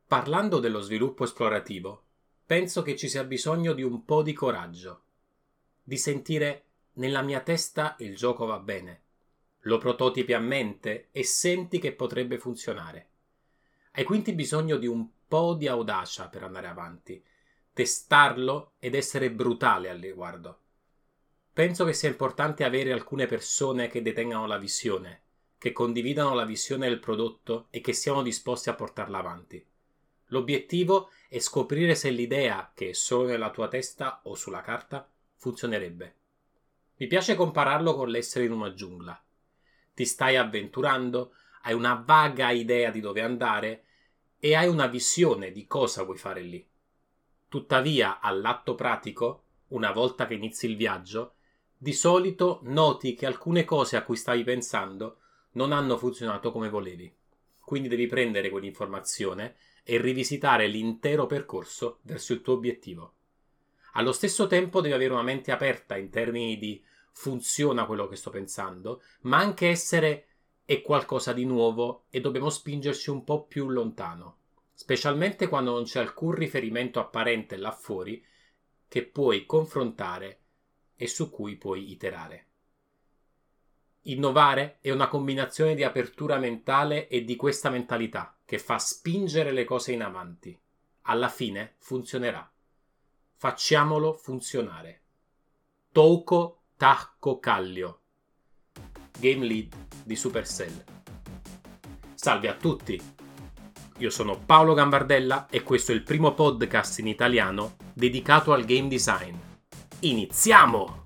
Parlando dello sviluppo esplorativo, penso che ci sia bisogno di un po' di coraggio, di sentire nella mia testa il gioco va bene, lo prototipi a mente e senti che potrebbe funzionare. Hai quindi bisogno di un po' di audacia per andare avanti, testarlo ed essere brutale al riguardo. Penso che sia importante avere alcune persone che detengano la visione, che condividano la visione del prodotto e che siano disposti a portarla avanti. L'obiettivo è scoprire se l'idea, che è solo nella tua testa o sulla carta, funzionerebbe. Mi piace compararlo con l'essere in una giungla. Ti stai avventurando, hai una vaga idea di dove andare e hai una visione di cosa vuoi fare lì. Tuttavia, all'atto pratico, una volta che inizi il viaggio, di solito noti che alcune cose a cui stavi pensando non hanno funzionato come volevi. Quindi devi prendere quell'informazione e rivisitare l'intero percorso verso il tuo obiettivo. Allo stesso tempo devi avere una mente aperta in termini di funziona quello che sto pensando, ma anche essere è qualcosa di nuovo e dobbiamo spingerci un po' più lontano, specialmente quando non c'è alcun riferimento apparente là fuori che puoi confrontare e su cui puoi iterare. Innovare è una combinazione di apertura mentale e di questa mentalità che fa spingere le cose in avanti. Alla fine funzionerà. Facciamolo funzionare. Touko Tahko Kallio, Game Lead di Supercell. Salve a tutti! Io sono Paolo Gambardella e questo è il primo podcast in italiano dedicato al game design. Iniziamo!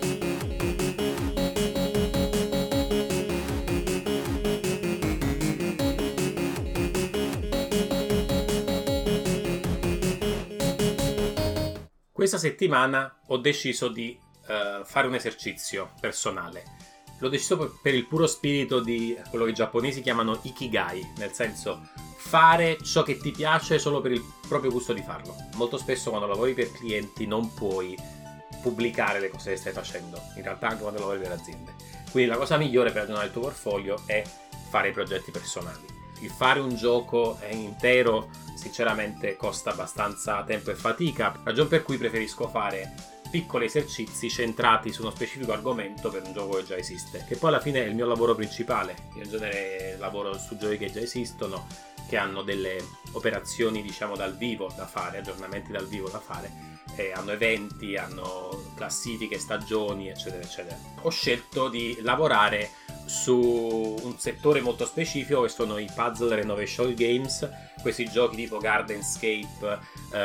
Questa settimana ho deciso di fare un esercizio personale. L'ho deciso per il puro spirito di quello che i giapponesi chiamano ikigai, nel senso fare ciò che ti piace solo per il proprio gusto di farlo. Molto spesso quando lavori per clienti non puoi pubblicare le cose che stai facendo, in realtà anche quando lavori per aziende. Quindi la cosa migliore per aggiornare il tuo portfolio è fare i progetti personali. Il fare un gioco intero sinceramente costa abbastanza tempo e fatica, ragion per cui preferisco fare piccoli esercizi centrati su uno specifico argomento per un gioco che già esiste, che poi alla fine è il mio lavoro principale. Io in genere lavoro su giochi che già esistono, che hanno delle operazioni diciamo dal vivo da fare, aggiornamenti dal vivo da fare, e hanno eventi, hanno classifiche, stagioni, eccetera eccetera. Ho scelto di lavorare su un settore molto specifico che sono i puzzle renovation games, questi giochi tipo Gardenscape,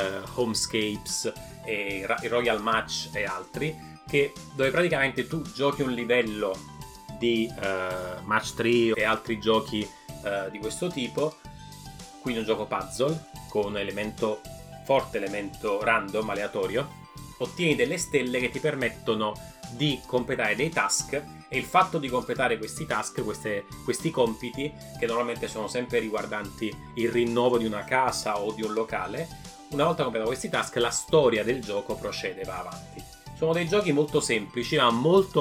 Homescapes e Royal Match e altri, dove praticamente tu giochi un livello di Match 3 e altri giochi di questo tipo, quindi un gioco puzzle con forte elemento random, aleatorio. Ottieni delle stelle che ti permettono di completare dei task, e il fatto di completare questi task, questi compiti, che normalmente sono sempre riguardanti il rinnovo di una casa o di un locale, una volta completato questi task la storia del gioco procede, va avanti. Sono dei giochi molto semplici ma molto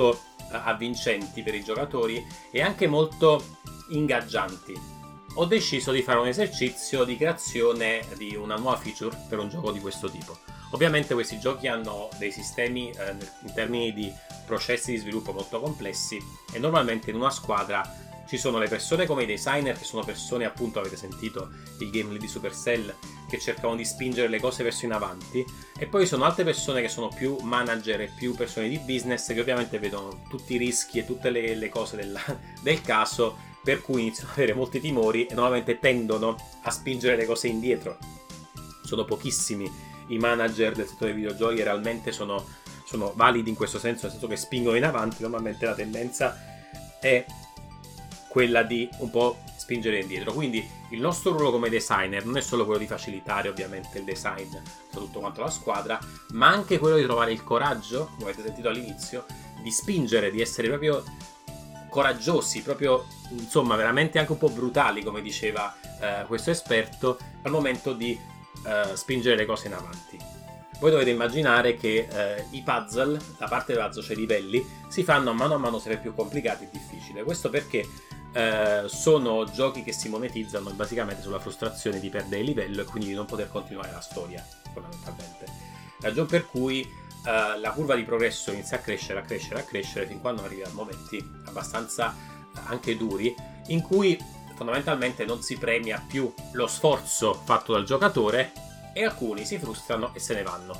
avvincenti per i giocatori e anche molto ingaggianti. Ho deciso di fare un esercizio di creazione di una nuova feature per un gioco di questo tipo. Ovviamente questi giochi hanno dei sistemi in termini di processi di sviluppo molto complessi e normalmente in una squadra ci sono le persone come i designer, che sono persone, appunto avete sentito il game lead di Supercell, che cercano di spingere le cose verso in avanti, e poi sono altre persone che sono più manager e più persone di business, che ovviamente vedono tutti i rischi e tutte le cose del caso, per cui iniziano ad avere molti timori e normalmente tendono a spingere le cose indietro. Sono pochissimi i manager del settore dei videogiochi che realmente sono validi in questo senso, nel senso che spingono in avanti. Normalmente la tendenza è quella di un po' spingere indietro. Quindi il nostro ruolo come designer non è solo quello di facilitare ovviamente il design da tutto quanto la squadra, ma anche quello di trovare il coraggio, come avete sentito all'inizio, di spingere, di essere proprio coraggiosi, proprio insomma veramente anche un po' brutali, come diceva questo esperto, al momento di spingere le cose in avanti. Voi dovete immaginare che i puzzle, la parte del puzzle, cioè i livelli, si fanno a mano sempre più complicati e difficili. Questo perché sono giochi che si monetizzano basicamente sulla frustrazione di perdere il livello e quindi di non poter continuare la storia, fondamentalmente. Ragione per cui la curva di progresso inizia a crescere fin quando arriva a momenti abbastanza anche duri, in cui fondamentalmente non si premia più lo sforzo fatto dal giocatore e alcuni si frustrano e se ne vanno.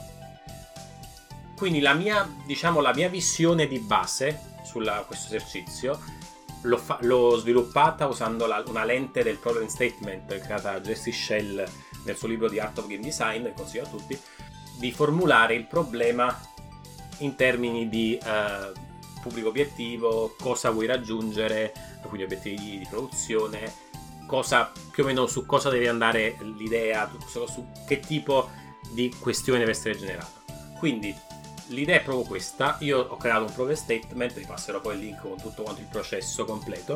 Quindi la mia visione di base su questo esercizio l'ho sviluppata usando una lente del problem statement creata da Jesse Shell nel suo libro di Art of Game Design, che consiglio a tutti, di formulare il problema in termini di pubblico obiettivo, cosa vuoi raggiungere, quindi obiettivi di produzione, più o meno su cosa deve andare l'idea, su che tipo di questione deve essere generata. Quindi l'idea è proprio questa. Io ho creato un problem statement, vi passerò poi il link con tutto quanto il processo completo,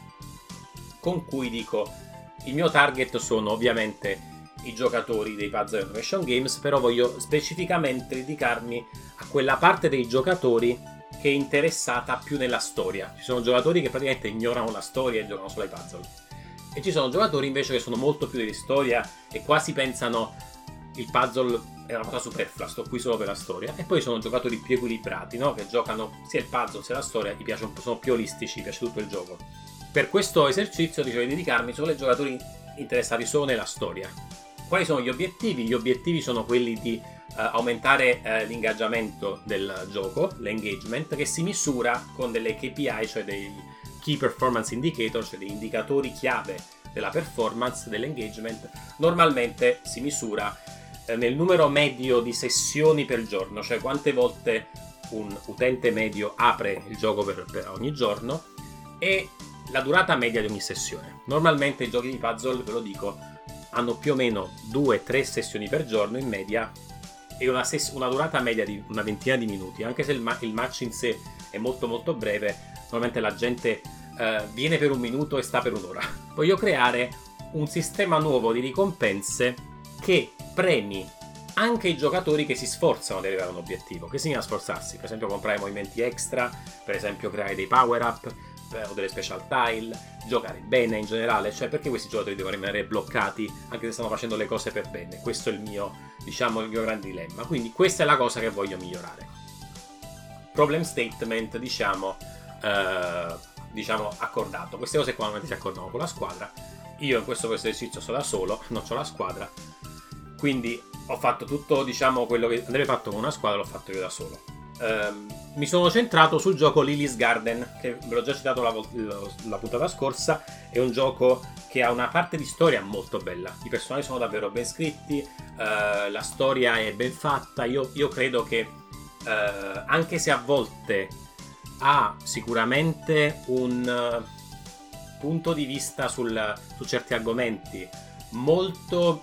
con cui dico il mio target sono ovviamente i giocatori dei Puzzle Renovation Games, però voglio specificamente dedicarmi a quella parte dei giocatori che è interessata più nella storia. Ci sono giocatori che praticamente ignorano la storia e giocano solo ai puzzle, e ci sono giocatori invece che sono molto più di storia e quasi pensano il puzzle è una cosa superflua, sto qui solo per la storia. E poi sono giocatori più equilibrati, no? Che giocano sia il puzzle sia la storia, gli piace sono più olistici, gli piace tutto il gioco. Per questo esercizio dicevo di dedicarmi solo ai giocatori interessati solo nella storia. Quali sono gli obiettivi? Gli obiettivi sono quelli di aumentare l'ingaggiamento del gioco, l'engagement, che si misura con delle KPI, cioè dei Key Performance Indicator, cioè dei indicatori chiave della performance, dell'engagement. Normalmente si misura nel numero medio di sessioni per giorno, cioè quante volte un utente medio apre il gioco per ogni giorno, e la durata media di ogni sessione. Normalmente i giochi di puzzle, ve lo dico, hanno più o meno 2-3 sessioni per giorno in media e una durata media di una ventina di minuti. Anche se il match in sé è molto molto breve, normalmente la gente viene per un minuto e sta per un'ora. Voglio creare un sistema nuovo di ricompense che premi anche i giocatori che si sforzano di arrivare a un obiettivo. Che significa sforzarsi? Per esempio comprare movimenti extra, per esempio creare dei power up o delle special tile, giocare bene in generale. Cioè, perché questi giocatori devono rimanere bloccati anche se stanno facendo le cose per bene? Questo è il mio grande dilemma. Quindi questa è la cosa che voglio migliorare. Problem statement, diciamo accordato. Queste cose qua normalmente si accordano con la squadra. Io in questo esercizio sono da solo, non ho la squadra, quindi ho fatto tutto, quello che andrebbe fatto con una squadra, l'ho fatto io da solo. Mi sono centrato sul gioco Lily's Garden, che ve l'ho già citato la puntata scorsa. È un gioco che ha una parte di storia molto bella, i personaggi sono davvero ben scritti, la storia è ben fatta. Io credo che anche se a volte ha sicuramente un punto di vista su certi argomenti molto,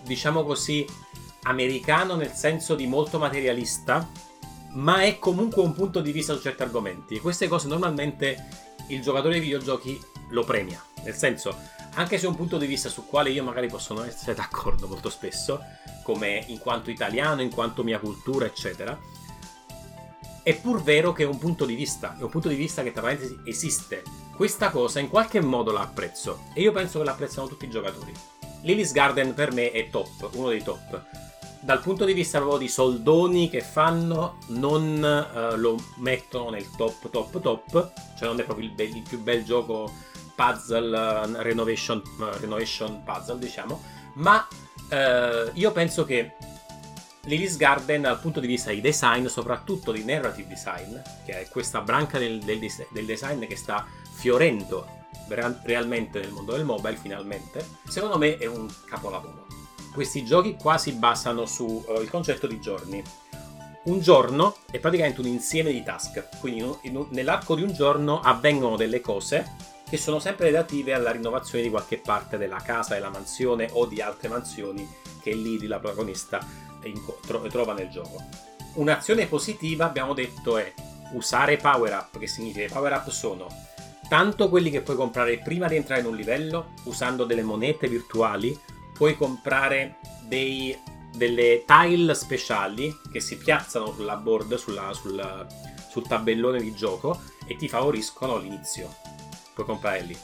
americano, nel senso di molto materialista, ma è comunque un punto di vista su certi argomenti. Queste cose normalmente il giocatore dei videogiochi lo premia, nel senso, anche se è un punto di vista su quale io magari posso non essere d'accordo molto spesso, come in quanto italiano, in quanto mia cultura, eccetera, è pur vero che è un punto di vista che tra parentesi esiste. Questa cosa in qualche modo la apprezzo, e io penso che la apprezzano tutti i giocatori. Lily's Garden per me è top, uno dei top. Dal punto di vista proprio di soldoni che fanno, non lo mettono nel top, cioè non è proprio il più bel gioco puzzle, renovation puzzle, diciamo, ma io penso che Lily's Garden dal punto di vista di design, soprattutto di narrative design, che è questa branca del design che sta fiorendo realmente nel mondo del mobile finalmente, secondo me è un capolavoro. Questi giochi qua si basano sul concetto di giorni. Un giorno è praticamente un insieme di task, quindi nell'arco di un giorno avvengono delle cose che sono sempre relative alla rinnovazione di qualche parte della casa, della mansione o di altre mansioni che Lily, la protagonista, trova nel gioco. Un'azione positiva, abbiamo detto, è usare power up, che significa che power up sono tanto quelli che puoi comprare prima di entrare in un livello usando delle monete virtuali. Puoi comprare delle tile speciali che si piazzano sulla board, sul tabellone di gioco, e ti favoriscono l'inizio. Puoi comprare lì.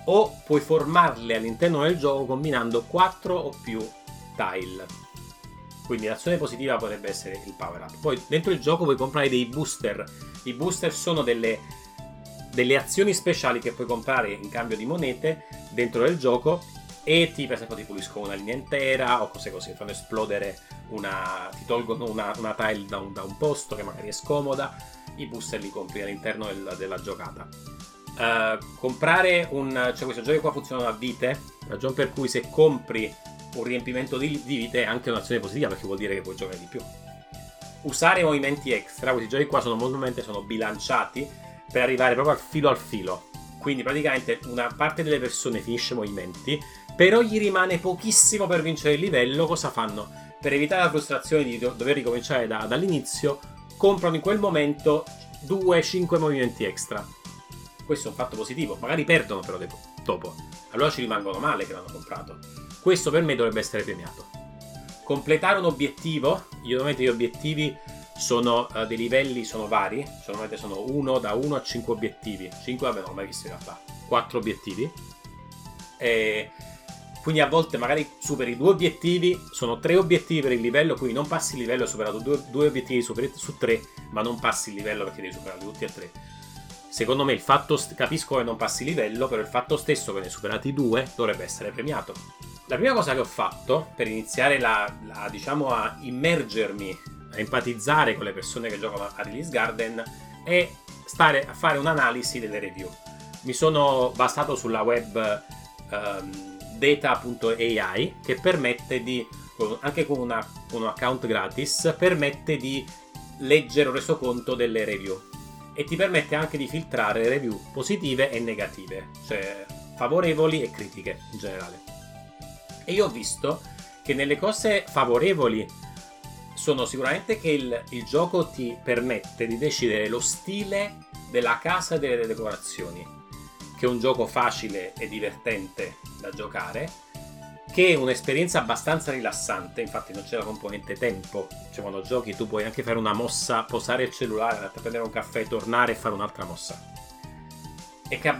o puoi formarle all'interno del gioco combinando 4 o più tile. Quindi l'azione positiva potrebbe essere il power up. Poi dentro il gioco puoi comprare dei booster. I booster sono delle azioni speciali che puoi comprare in cambio di monete dentro del gioco, e per esempio ti puliscono una linea intera o cose così, fanno esplodere ti tolgono una tile da un posto che magari è scomoda. I booster li compri all'interno della giocata. Comprare cioè questi giochi qua funzionano a vite, ragione per cui se compri un riempimento di vite è anche un'azione positiva, perché vuol dire che puoi giocare di più. Usare movimenti extra, questi giochi qua sono bilanciati per arrivare proprio al filo. Quindi praticamente una parte delle persone finisce movimenti, però gli rimane pochissimo per vincere il livello. Cosa fanno? Per evitare la frustrazione di dover ricominciare dall'inizio, comprano in quel momento 2-5 movimenti extra. Questo è un fatto positivo. Magari perdono però dopo, allora ci rimangono male che l'hanno comprato. Questo per me dovrebbe essere premiato. Completare un obiettivo. Gli obiettivi sono dei livelli, sono vari. Solamente sono da 1 a 5 obiettivi. 5 vabbè non l'ho mai visto in realtà. 4 obiettivi. Quindi a volte magari superi 2 obiettivi, sono 3 obiettivi per il livello, quindi non passi il livello, hai superato 2 obiettivi su 3, ma non passi il livello perché devi superarli tutti e 3. Secondo me capisco che non passi il livello, però il fatto stesso che ne hai superati 2 dovrebbe essere premiato. La prima cosa che ho fatto per iniziare diciamo a immergermi, a empatizzare con le persone che giocano a Release Garden, è stare a fare un'analisi delle review. Mi sono basato sulla web data.ai, che permette anche con un account gratis, permette di leggere un resoconto delle review e ti permette anche di filtrare review positive e negative, cioè favorevoli e critiche in generale. E io ho visto che nelle cose favorevoli sono sicuramente che il gioco ti permette di decidere lo stile della casa e delle decorazioni, che è un gioco facile e divertente da giocare, che è un'esperienza abbastanza rilassante. Infatti non c'è la componente tempo, cioè quando giochi tu puoi anche fare una mossa, posare il cellulare, andare a prendere un caffè, tornare e fare un'altra mossa, e che c'è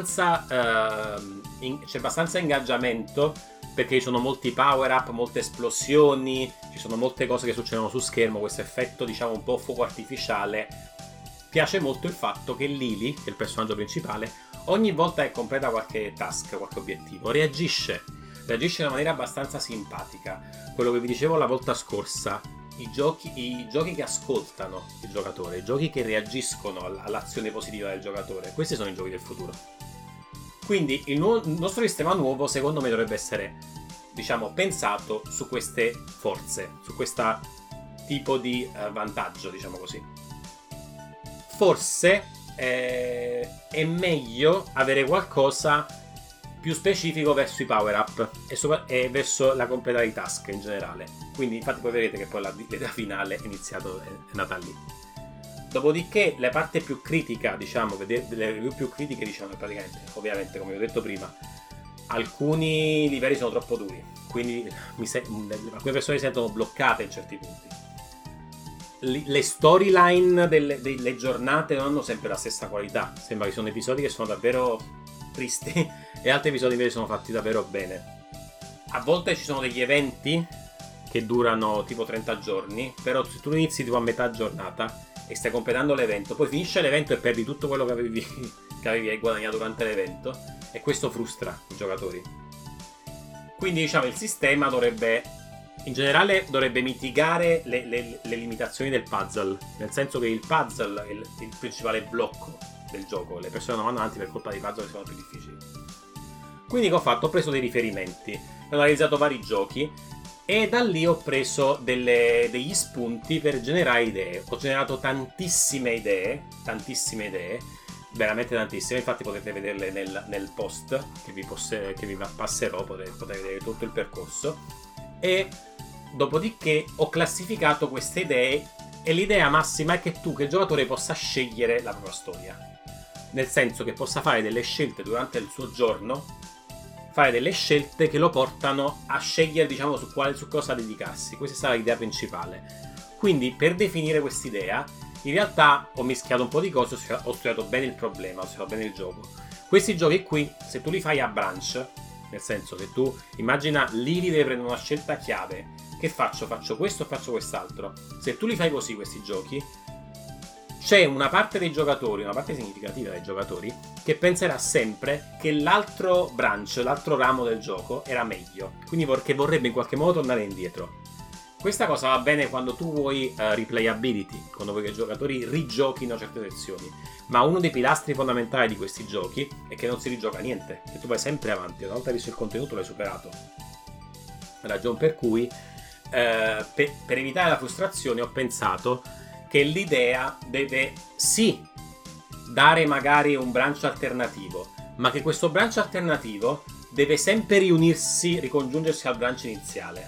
abbastanza ingaggiamento, perché ci sono molti power up, molte esplosioni, ci sono molte cose che succedono su schermo, questo effetto diciamo un po' fuoco artificiale. Piace molto il fatto che Lily, che è il personaggio principale, ogni volta che completa qualche task, qualche obiettivo, reagisce in una maniera abbastanza simpatica. Quello che vi dicevo la volta scorsa, i giochi che ascoltano il giocatore, i giochi che reagiscono all'azione positiva del giocatore, questi sono i giochi del futuro. Quindi il nostro sistema nuovo, secondo me, dovrebbe essere, diciamo, pensato su queste forze, su questo tipo di vantaggio, diciamo così. Forse è meglio avere qualcosa più specifico verso i power up e verso la completare i task in generale. Quindi infatti poi vedete che poi l'idea finale è nata lì. Dopodiché la parte più critica, diciamo, delle review più critiche, diciamo, praticamente, ovviamente, come vi ho detto prima, alcuni livelli sono troppo duri, quindi alcune persone si sentono bloccate in certi punti. Le storyline delle giornate non hanno sempre la stessa qualità. Sembra che sono episodi che sono davvero tristi e altri episodi invece sono fatti davvero bene. A volte ci sono degli eventi che durano tipo 30 giorni, però se tu inizi tipo a metà giornata e stai completando l'evento, poi finisce l'evento e perdi tutto quello che avevi guadagnato durante l'evento, e questo frustra i giocatori. Quindi diciamo il sistema in generale dovrebbe mitigare le limitazioni del puzzle, nel senso che il puzzle è il principale blocco del gioco, le persone non vanno avanti per colpa dei puzzle che sono più difficili. Quindi che ho fatto? Ho preso dei riferimenti, ho analizzato vari giochi e da lì ho preso degli spunti per generare idee. Ho generato tantissime idee, veramente tantissime. Infatti potete vederle nel post che vi passerò, potete vedere tutto il percorso. E dopodiché ho classificato queste idee, e l'idea massima è che il giocatore possa scegliere la propria storia, nel senso che possa fare delle scelte durante il suo giorno, fare delle scelte che lo portano a scegliere, diciamo, su cosa dedicarsi. Questa è stata l'idea principale. Quindi per definire quest'idea in realtà ho mischiato un po' di cose, ho studiato bene il problema, ho studiato bene il gioco. Questi giochi qui, se tu li fai a branch, nel senso che tu immagina Lily deve prendere una scelta chiave, che faccio? Faccio questo o faccio quest'altro? Se tu li fai così questi giochi, c'è una parte dei giocatori, una parte significativa dei giocatori, che penserà sempre che l'altro branch, l'altro ramo del gioco era meglio, quindi che vorrebbe in qualche modo tornare indietro. Questa cosa va bene quando tu vuoi replayability, quando vuoi che i giocatori rigiochino certe sezioni, ma uno dei pilastri fondamentali di questi giochi è che non si rigioca niente, che tu vai sempre avanti, una volta visto il contenuto l'hai superato. Ragione per cui per evitare la frustrazione ho pensato che l'idea deve sì dare magari un branch alternativo, ma che questo branch alternativo deve sempre ricongiungersi al branch iniziale.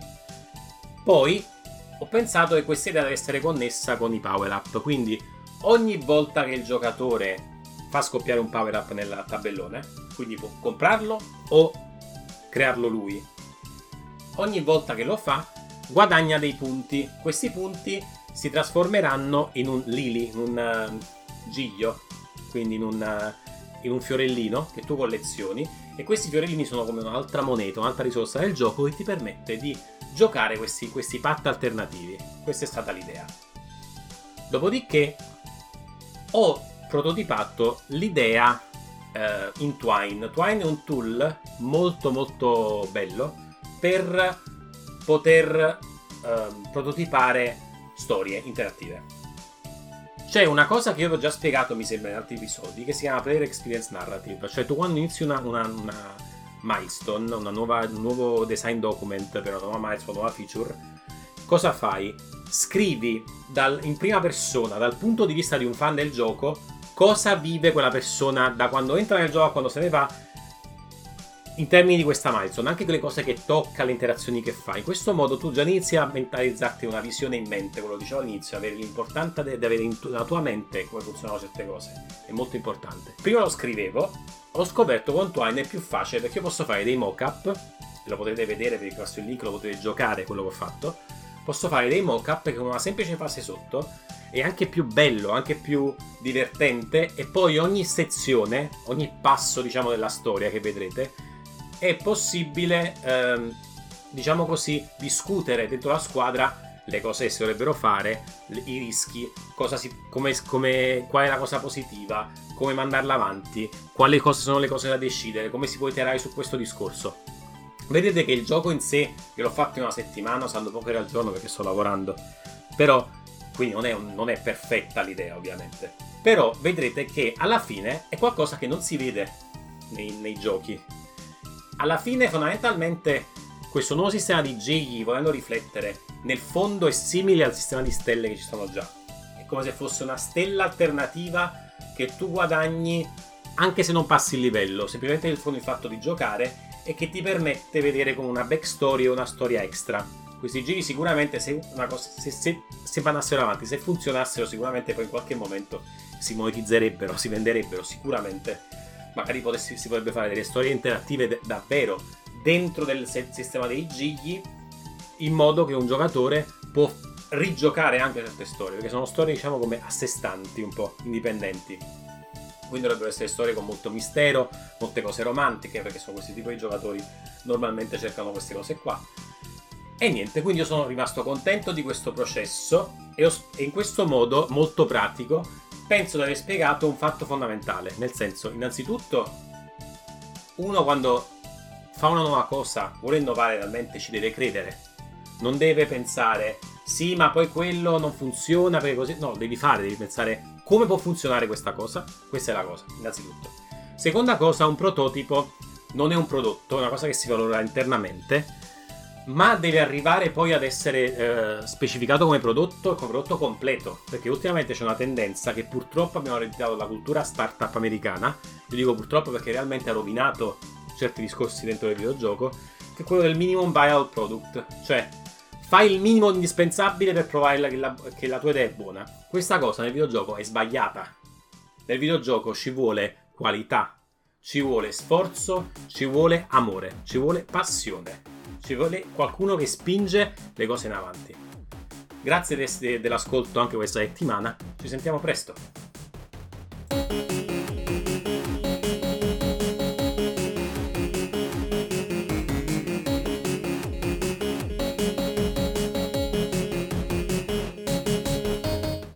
Poi ho pensato che questa idea deve essere connessa con i power up, quindi ogni volta che il giocatore fa scoppiare un power up nel tabellone, quindi può comprarlo o crearlo lui, ogni volta che lo fa guadagna dei punti. Questi punti si trasformeranno in un lily, in un giglio, quindi in un fiorellino che tu collezioni, e questi fiorellini sono come un'altra moneta, un'altra risorsa del gioco che ti permette di giocare questi patt alternativi. Questa è stata l'idea. Dopodiché ho prototipato l'idea in Twine. Twine è un tool molto molto bello per poter prototipare storie interattive. C'è una cosa che io vi ho già spiegato, mi sembra, in altri episodi, che si chiama Player Experience Narrative. Cioè tu quando inizi una milestone, un nuovo design document per una nuova milestone, una nuova feature, cosa fai? Scrivi in prima persona, dal punto di vista di un fan del gioco, cosa vive quella persona da quando entra nel gioco a quando se ne va, in termini di questa milestone, anche quelle cose che tocca, le interazioni che fa. In questo modo tu già inizi a mentalizzarti una visione in mente, come lo dicevo all'inizio, avere l'importanza di avere nella tua mente come funzionano certe cose, è molto importante. Prima lo scrivevo, ho scoperto con Twine è più facile perché io posso fare dei mock-up, lo potete vedere perché passo il link, lo potete giocare quello che ho fatto, posso fare dei mock-up che con una semplice fase sotto è anche più bello, anche più divertente, e poi ogni sezione, ogni passo diciamo della storia che vedrete è possibile, diciamo così, discutere dentro la squadra le cose che si dovrebbero fare, i rischi, qual è la cosa positiva, come mandarla avanti, quali cose sono le cose da decidere, come si può iterare su questo discorso. Vedete che il gioco in sé, che l'ho fatto in una settimana, usando poche ore al giorno perché sto lavorando, però quindi non è perfetta l'idea ovviamente, però vedrete che alla fine è qualcosa che non si vede nei giochi. Alla fine fondamentalmente questo nuovo sistema di gigli, volendo riflettere, nel fondo è simile al sistema di stelle che ci sono già. È come se fosse una stella alternativa che tu guadagni anche se non passi il livello, semplicemente nel fondo il fatto di giocare, e che ti permette di vedere come una backstory o una storia extra. Questi giri sicuramente se andassero avanti, se funzionassero, sicuramente poi in qualche momento si monetizzerebbero, si venderebbero sicuramente. Magari si potrebbe fare delle storie interattive davvero dentro del sistema dei gigli, in modo che un giocatore può rigiocare anche certe storie, perché sono storie diciamo come a sé stanti, un po' indipendenti. Quindi dovrebbero essere storie con molto mistero, molte cose romantiche, perché sono questi tipi di giocatori, normalmente cercano queste cose qua. E niente, quindi io sono rimasto contento di questo processo e in questo modo molto pratico penso di aver spiegato un fatto fondamentale, nel senso, innanzitutto, uno quando fa una nuova cosa, vuole innovare realmente, ci deve credere. Non deve pensare, sì, ma poi quello non funziona, perché così... No, devi pensare come può funzionare questa cosa. Questa è la cosa, innanzitutto. Seconda cosa, un prototipo non è un prodotto, è una cosa che si valora internamente, ma deve arrivare poi ad essere specificato come prodotto completo, perché ultimamente c'è una tendenza che purtroppo abbiamo ereditato dalla cultura startup americana. Io dico purtroppo perché realmente ha rovinato certi discorsi dentro del videogioco, che è quello del minimum viable product, cioè fai il minimo indispensabile per provare che la tua idea è buona. Questa cosa nel videogioco è sbagliata. Nel videogioco ci vuole qualità, ci vuole sforzo, ci vuole amore, ci vuole passione. Ci vuole qualcuno che spinge le cose in avanti. Grazie dell'ascolto anche questa settimana. Ci sentiamo presto.